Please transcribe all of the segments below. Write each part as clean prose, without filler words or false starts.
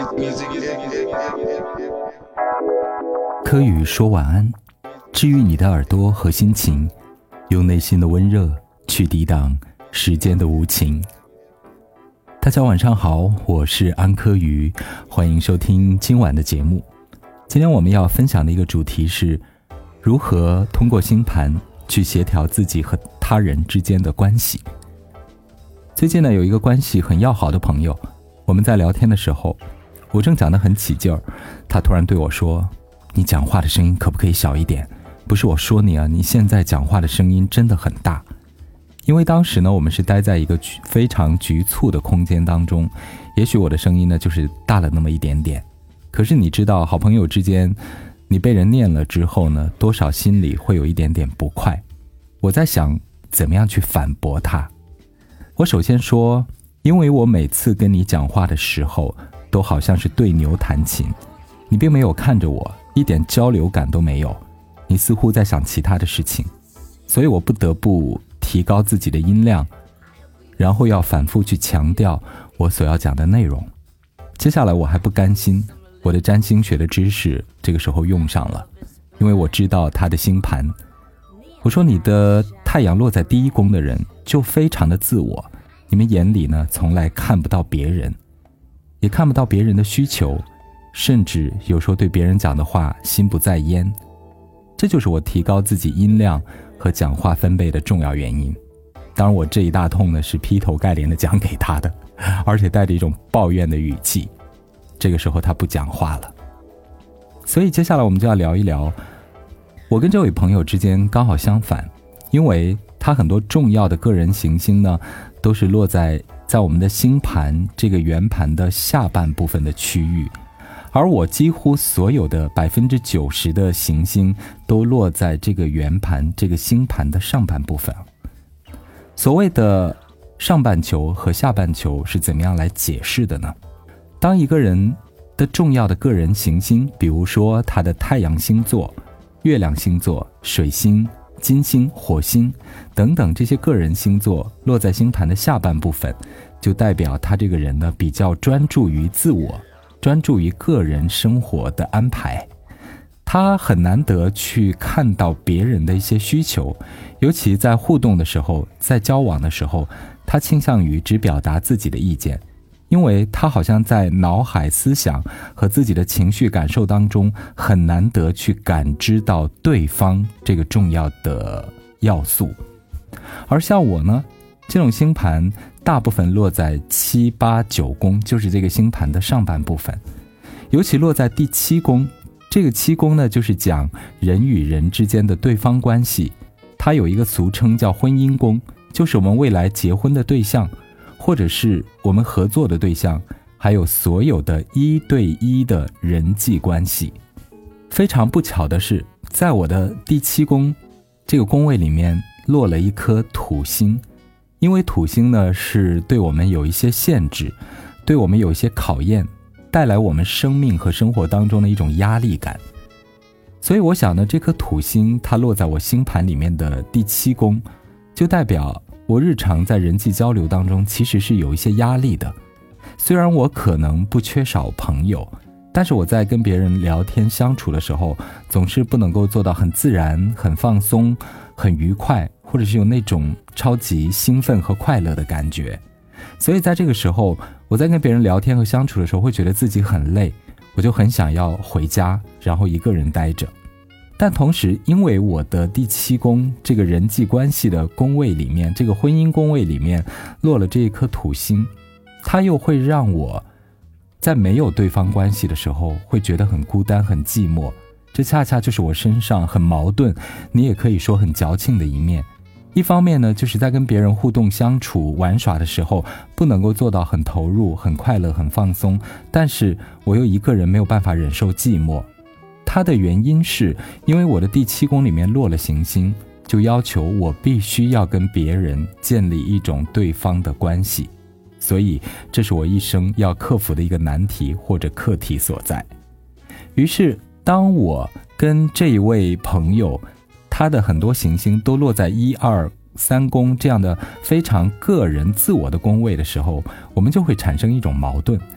柯宇说晚安，治愈你的耳朵和心情，用内心的温热去抵挡时间的无情。大家晚上好，我是安柯宇，欢迎收听今晚的节目。今天我们要分享的一个主题是如何通过星盘去协调自己和他人之间的关系。最近呢，有一个关系很要好的朋友，我们在聊天的时候，我正讲得很起劲儿，他突然对我说，你讲话的声音可不可以小一点？不是我说你啊，你现在讲话的声音真的很大。因为当时呢，我们是待在一个非常局促的空间当中，也许我的声音呢就是大了那么一点点。可是你知道，好朋友之间，你被人念了之后呢，多少心里会有一点点不快。我在想怎么样去反驳他。我首先说，因为我每次跟你讲话的时候都好像是对牛弹琴，你并没有看着我，一点交流感都没有，你似乎在想其他的事情，所以我不得不提高自己的音量，然后要反复去强调我所要讲的内容。接下来我还不甘心，我的占星学的知识这个时候用上了，因为我知道他的星盘。我说，你的太阳落在第一宫的人就非常的自我，你们眼里呢从来看不到别人，也看不到别人的需求，甚至有时候对别人讲的话心不在焉。这就是我提高自己音量和讲话分贝的重要原因。当然我这一大通呢是劈头盖脸的讲给他的，而且带着一种抱怨的语气。这个时候他不讲话了。所以接下来我们就要聊一聊，我跟这位朋友之间刚好相反，因为他很多重要的个人行星呢都是落在我们的星盘这个圆盘的下半部分的区域，而我几乎所有的90%的行星都落在这个圆盘这个星盘的上半部分。所谓的上半球和下半球是怎么样来解释的呢？当一个人的重要的个人行星，比如说他的太阳星座、月亮星座、水星、金星、火星等等这些个人星座落在星盘的下半部分，就代表他这个人呢比较专注于自我，专注于个人生活的安排。他很难得去看到别人的一些需求，尤其在互动的时候，在交往的时候，他倾向于只表达自己的意见，因为他好像在脑海思想和自己的情绪感受当中很难得去感知到对方这个重要的要素。而像我呢，这种星盘大部分落在7、8、9宫，就是这个星盘的上半部分，尤其落在第7宫。这个7宫呢，就是讲人与人之间的对方关系，它有一个俗称叫婚姻宫，就是我们未来结婚的对象，或者是我们合作的对象，还有所有的1对1的人际关系。非常不巧的是，在我的第7宫这个宫位里面落了一颗土星，因为土星呢是对我们有一些限制，对我们有一些考验，带来我们生命和生活当中的一种压力感。所以我想呢，这颗土星它落在我星盘里面的第7宫，就代表我日常在人际交流当中其实是有一些压力的。虽然我可能不缺少朋友，但是我在跟别人聊天相处的时候，总是不能够做到很自然、很放松、很愉快，或者是有那种超级兴奋和快乐的感觉。所以在这个时候，我在跟别人聊天和相处的时候，会觉得自己很累，我就很想要回家，然后一个人待着。但同时，因为我的第7宫这个人际关系的宫位里面，这个婚姻宫位里面落了这一颗土星，它又会让我在没有对方关系的时候会觉得很孤单、很寂寞。这恰恰就是我身上很矛盾，你也可以说很矫情的一面。一方面呢，就是在跟别人互动相处玩耍的时候，不能够做到很投入、很快乐、很放松，但是我又一个人没有办法忍受寂寞。它的原因是因为我的第7宫里面落了行星，就要求我必须要跟别人建立一种对方的关系，所以这是我一生要克服的一个难题或者课题所在。于是当我跟这一位朋友，他的很多行星都落在1、2、3宫这样的非常个人自我的宫位的时候，我们就会产生一种矛盾。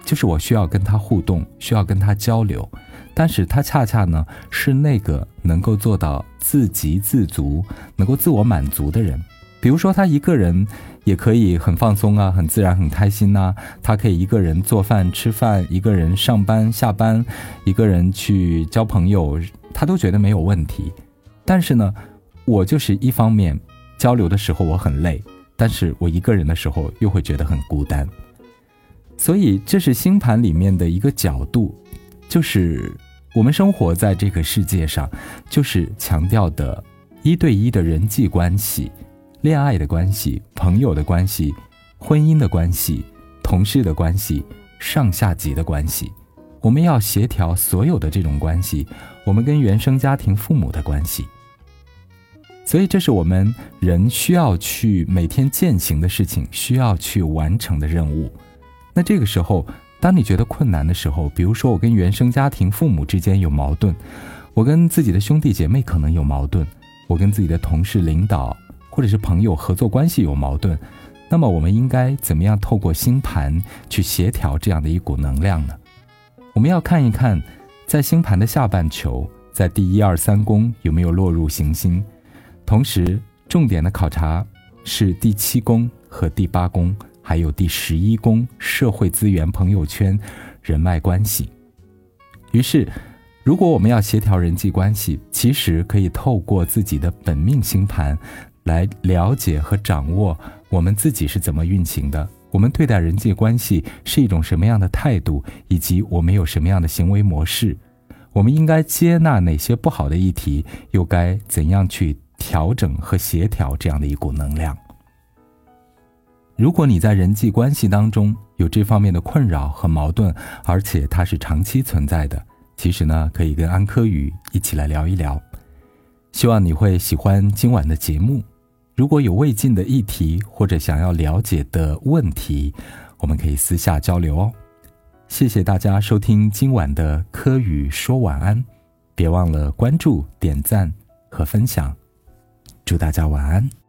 就是我需要跟他互动，需要跟他交流，但是他恰恰呢是那个能够做到自给自足，能够自我满足的人。比如说他一个人也可以很放松啊，很自然，很开心啊，他可以一个人做饭吃饭，一个人上班下班，一个人去交朋友，他都觉得没有问题。但是呢，我就是一方面交流的时候我很累，但是我一个人的时候又会觉得很孤单。所以这是星盘里面的一个角度，就是我们生活在这个世界上，就是强调的一对一的人际关系，恋爱的关系，朋友的关系，婚姻的关系，同事的关系，上下级的关系。我们要协调所有的这种关系，我们跟原生家庭父母的关系。所以这是我们人需要去每天践行的事情，需要去完成的任务。那这个时候，当你觉得困难的时候，比如说我跟原生家庭父母之间有矛盾，我跟自己的兄弟姐妹可能有矛盾，我跟自己的同事领导或者是朋友合作关系有矛盾，那么我们应该怎么样透过星盘去协调这样的一股能量呢？我们要看一看在星盘的下半球，在第1、2、3宫有没有落入行星，同时重点的考察是第7宫和第8宫，还有第11宫社会资源、朋友圈、人脉关系。于是如果我们要协调人际关系，其实可以透过自己的本命星盘来了解和掌握我们自己是怎么运行的，我们对待人际关系是一种什么样的态度，以及我们有什么样的行为模式，我们应该接纳哪些不好的议题，又该怎样去调整和协调这样的一股能量。如果你在人际关系当中有这方面的困扰和矛盾，而且它是长期存在的，其实呢，可以跟安科宇一起来聊一聊。希望你会喜欢今晚的节目。如果有未尽的议题或者想要了解的问题，我们可以私下交流哦。谢谢大家收听今晚的科宇说晚安，别忘了关注、点赞和分享。祝大家晚安。